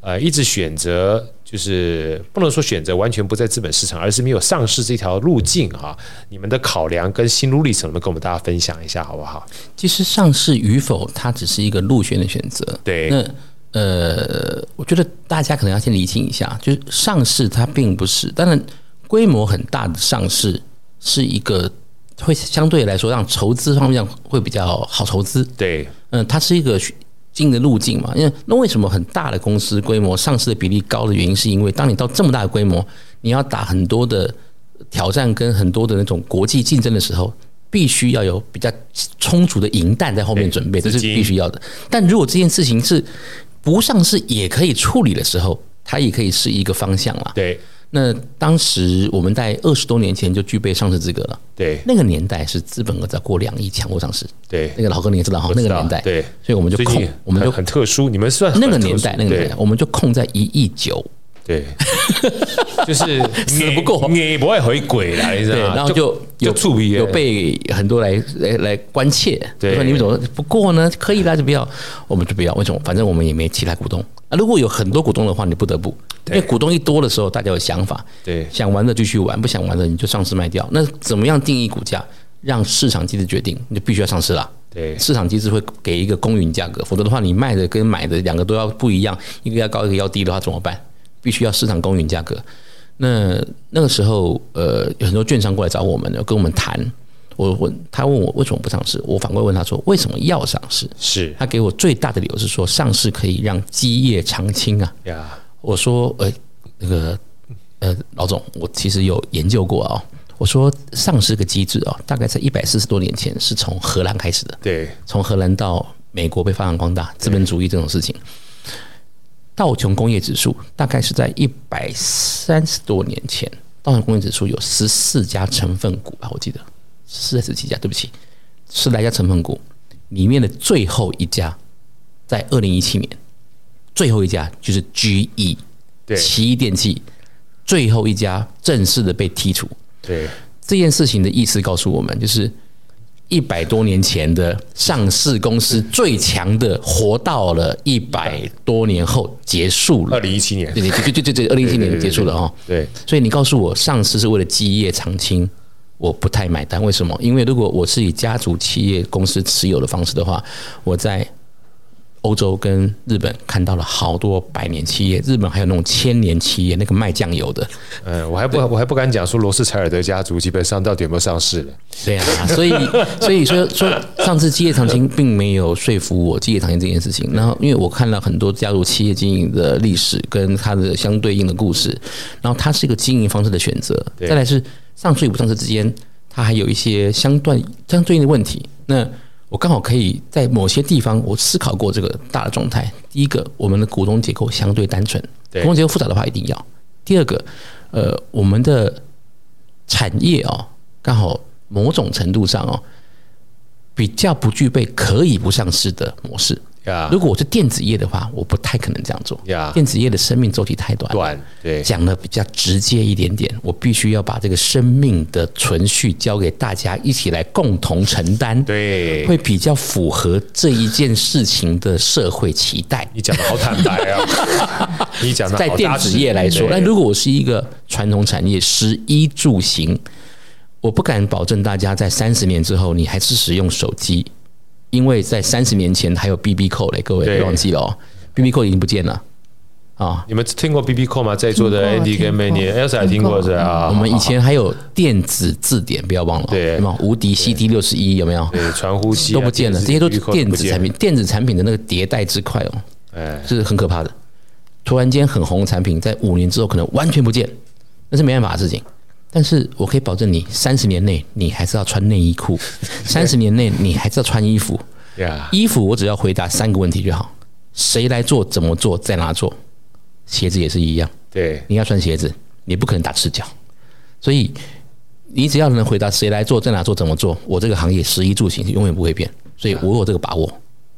呃一直选择，就是不能说选择完全不在资本市场，而是没有上市这条路径啊。你们的考量跟心路历程，能不能跟我们大家分享一下，好不好？ 其实上市与否，它只是一个路线的选择。 对， 那呃，我觉得大家可能要先厘清一下，就是上市它并不是，当然规模很大的上市是一个会相对来说让筹资方面会比较好筹资。 对， 嗯、呃，它是一个经营的路径嘛。因为那为什么很大的公司规模上市的比例高的原因，是因为当你到这么大的规模，你要打很多的挑战跟很多的那种国际竞争的时候，必须要有比较充足的银弹在后面准备，这是必须要的。但如果这件事情是不上市也可以处理的时候，它也可以是一个方向啦。 对。 那当时我们在二十多年前就具备上市资格了。 对， 那个年代是资本额在过两亿强过上市。 对， 那个老哥你也知道哈，那个年代。 对， 所以我们就控，我们就很特殊。你们算那个年代，那个年代，我们就控在一亿九。 对，就是死不过， 你不会回鬼啦，你知道吗？ 然后就有触鼻， 有被很多来来来关切， 对， 说你们怎么不过呢？可以啦，就不要，我们就不要。为什么？反正我们也没其他股东啊。如果有很多股东的话，你不得不，因为股东一多的时候，大家有想法， 对， 想玩的继续玩，不想玩的你就上市卖掉。那怎么样定义股价？让市场机制决定，你就必须要上市啦。 对， 市场机制会给一个公允价格，否则的话，你卖的跟买的两个都要不一样，一个要高，一个要低的话怎么办？必须要市场公允价格。那那个时候，呃，有很多券商过来找我们，跟我们谈。我问他问我为什么不上市，我反过来问他说为什么要上市？ 是他给我最大的理由是说上市可以让基业长青啊。 Yeah. 我说，呃，那个，呃，老总，我其实有研究过啊、哦。我说上市个机制啊、哦，大概在一百四十多年前是从荷兰开始的。 对， 从荷兰到美国被发扬光大，资本主义这种事情。道琼工业指数大概是在一百三十多年前，道琼工业指数有十四家成分股吧，我记得十四几家，对不起，十来家成分股里面的最后一家，在二零一七年，最后一家就是 G E， 奇异电器，最后一家正式的被剔除。 对， 这件事情的意思告诉我们，就是一百多年前的上市公司最强的，活到了一百多年后结束了。 二零一七年， 对对对对对对，二零一七年结束了哈。 对， 所以你告诉我上市是为了基业长青，我不太买单。为什么？因为如果我是以家族企业公司持有的方式的话，我在欧洲跟日本看到了好多百年企业，日本还有那种千年企业，那个卖酱油的。 嗯，我还不我还不敢讲说罗斯柴尔德家族基本上到底有没有上市了。 对啊，所以所以说说上次基业长青并没有说服我基业长青这件事情。然后因为我看了很多家族企业经营的历史跟它的相对应的故事，然后它是一个经营方式的选择。再来是上市与不上市之间，它还有一些相对相对应的问题。那我刚好可以在某些地方，我思考过这个大的状态。第一个，我们的股东结构相对单纯，股东结构复杂的话一定要。第二个，呃，我们的产业哦，刚好某种程度上哦，比较不具备可以不上市的模式。 Yeah. 如果我是电子业的话，我不太可能这样做。 Yeah. 电子业的生命周期太短， 短，对， 讲的比较直接一点点，我必须要把这个生命的存续交给大家一起来共同承担， 对， 会比较符合这一件事情的社会期待。 你讲的好坦白啊！你讲的在电子业来说，那如果我是一个传统产业，食衣住行，我不敢保证大家在三十年之后你还是使用手机。因为在三十年前还有 B B 扣嘞，各位别忘记了哦 ，B B 扣已经不见了啊！ 你们听过 B B 扣吗？在座的 Andy 跟 Manny，Elsa 还听过是啊。 我们以前还有电子字典，不要忘了， 对， 有没有无敌 C D 六十一有没有？ 对，传呼机都不见了，这些都是电子产品。电子产品的那个迭代之快哦，哎，是很可怕的。突然间很红的产品，在五年之后可能完全不见，那是没办法的事情。但是我可以保证你三十年内你还是要穿内衣裤，三十年内你还是要穿衣服。 Yeah. 衣服我只要回答三个问题就好：谁来做、怎么做、在哪做。鞋子也是一样， 对， 你要穿鞋子，你不可能打赤脚。所以你只要能回答谁来做、在哪做、怎么做，我这个行业食衣住行永远不会变。所以我有这个把握。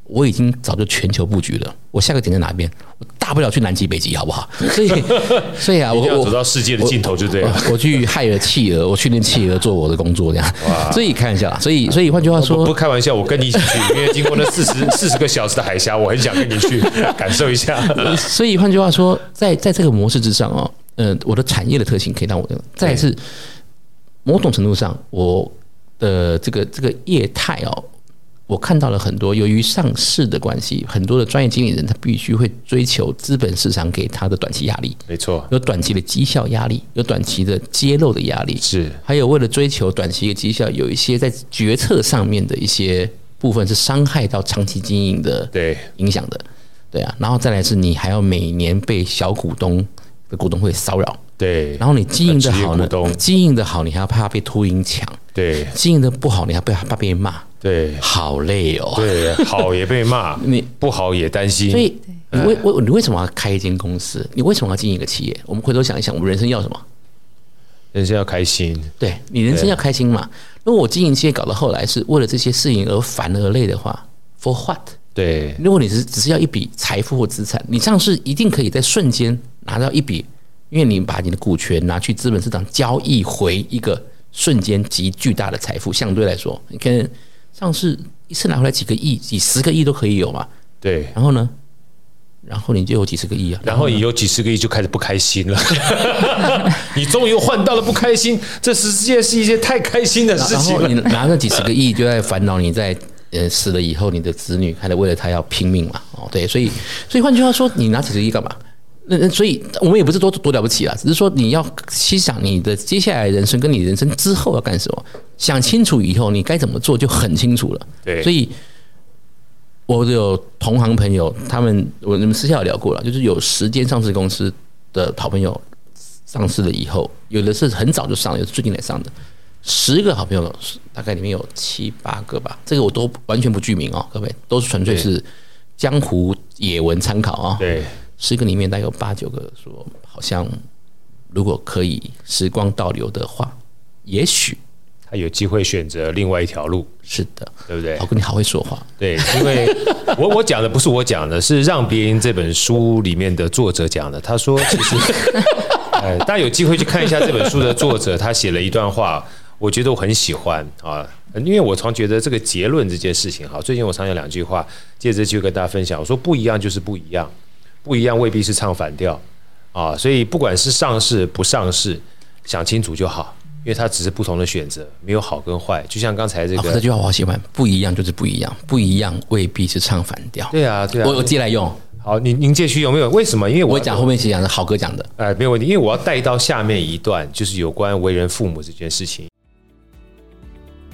我已经早就全球布局了，我下个点在哪边？我大不了去南极、北极，好不好？所以，所以啊，我我走到世界的尽头就对了。 我, 我去害了企鹅，我训练企鹅做我的工作，这样。所以开玩笑啦，所以所以换句话说， 不, 不开玩笑，我跟你一起去，因为经过那四十四十个小时的海峡，我很想跟你去感受一下。 所以换句话说，在在这个模式之上哦，嗯、呃，我的产业的特性可以让我，再来是某种程度上，我的这个这个业态哦。我看到了很多，由于上市的关系，很多的专业经理人他必须会追求资本市场给他的短期压力， 没错， 有短期的绩效压力，有短期的揭露的压力， 是， 还有为了追求短期的绩效，有一些在决策上面的一些部分是伤害到长期经营的影响的，对啊，然后再来是你还要每年被小股东的股东会骚扰， 对， 然后你经营的好呢，经营的好你还要怕被秃鹰抢， 对， 经营的不好你还怕被骂。 对， 好累哦。 对，好也被骂，你不好也担心。 所以你为为你为什么要开一间公司？你为什么要经营一个企业？我们回头想一想，我们人生要什么？ 人生要开心。 对，你人生要开心嘛。如果我经营企业搞到后来是为了这些事情而烦而累的话 ，for what？ 对， 如果你是只是要一笔财富或资产，你上市一定可以在瞬间拿到一笔，因为你把你的股权拿去资本市场交易回一个瞬间极巨大的财富，相对来说，你可能。上市一次拿回来几个亿、几十个亿都可以有嘛？ 对。 然后呢？然后你就有几十个亿啊。 然后你有几十个亿就开始不开心了。你终于换到了不开心，这世界是一件太开心的事情了。 然后你拿着几十个亿就在烦恼你在呃死了以后你的子女还得为了他要拼命嘛？哦，对，所以所以换句话说，你拿几十个亿干嘛？那所以我们也不是多多了不起啦，只是说你要心想你的接下来人生跟你人生之后要干什么，想清楚以后你该怎么做就很清楚了。 对， 所以我有同行朋友，他们我们私下有聊过了，就是有十间上市公司的好朋友上市了以后，有的是很早就上，有的最近来上的。十个好朋友，大概里面有七八个吧，这个我都完全不具名哦，各位都是纯粹是江湖野闻参考啊、哦。 对。 十个里面大概有八九个说，好像如果可以时光倒流的话，也许他有机会选择另外一条路。 是的， 对不对？ 好，跟你好会说话。 对，因为我我讲的不是我讲的，是《让别人》这本书里面的作者讲的。他说，其实，呃，大家有机会去看一下这本书的作者，他写了一段话，我觉得我很喜欢啊。因为我常觉得这个结论这件事情，哈，最近我常有两句话，借着机会跟大家分享。我说不一样就是不一样。不一样未必是唱反调啊，所以不管是上市不上市，想清楚就好，因为它只是不同的选择，没有好跟坏。就像刚才这个、 哦、这句话我好喜欢，不一样就是不一样，不一样未必是唱反调。 对啊，对啊， 我我接来用。 好，您您继续有没有？为什么？因为我讲后面其实讲是豪哥讲的， 哎、呃，没有问题，因为我要带到下面一段，就是有关为人父母这件事情。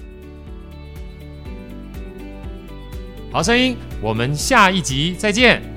好声音，我们下一集再见。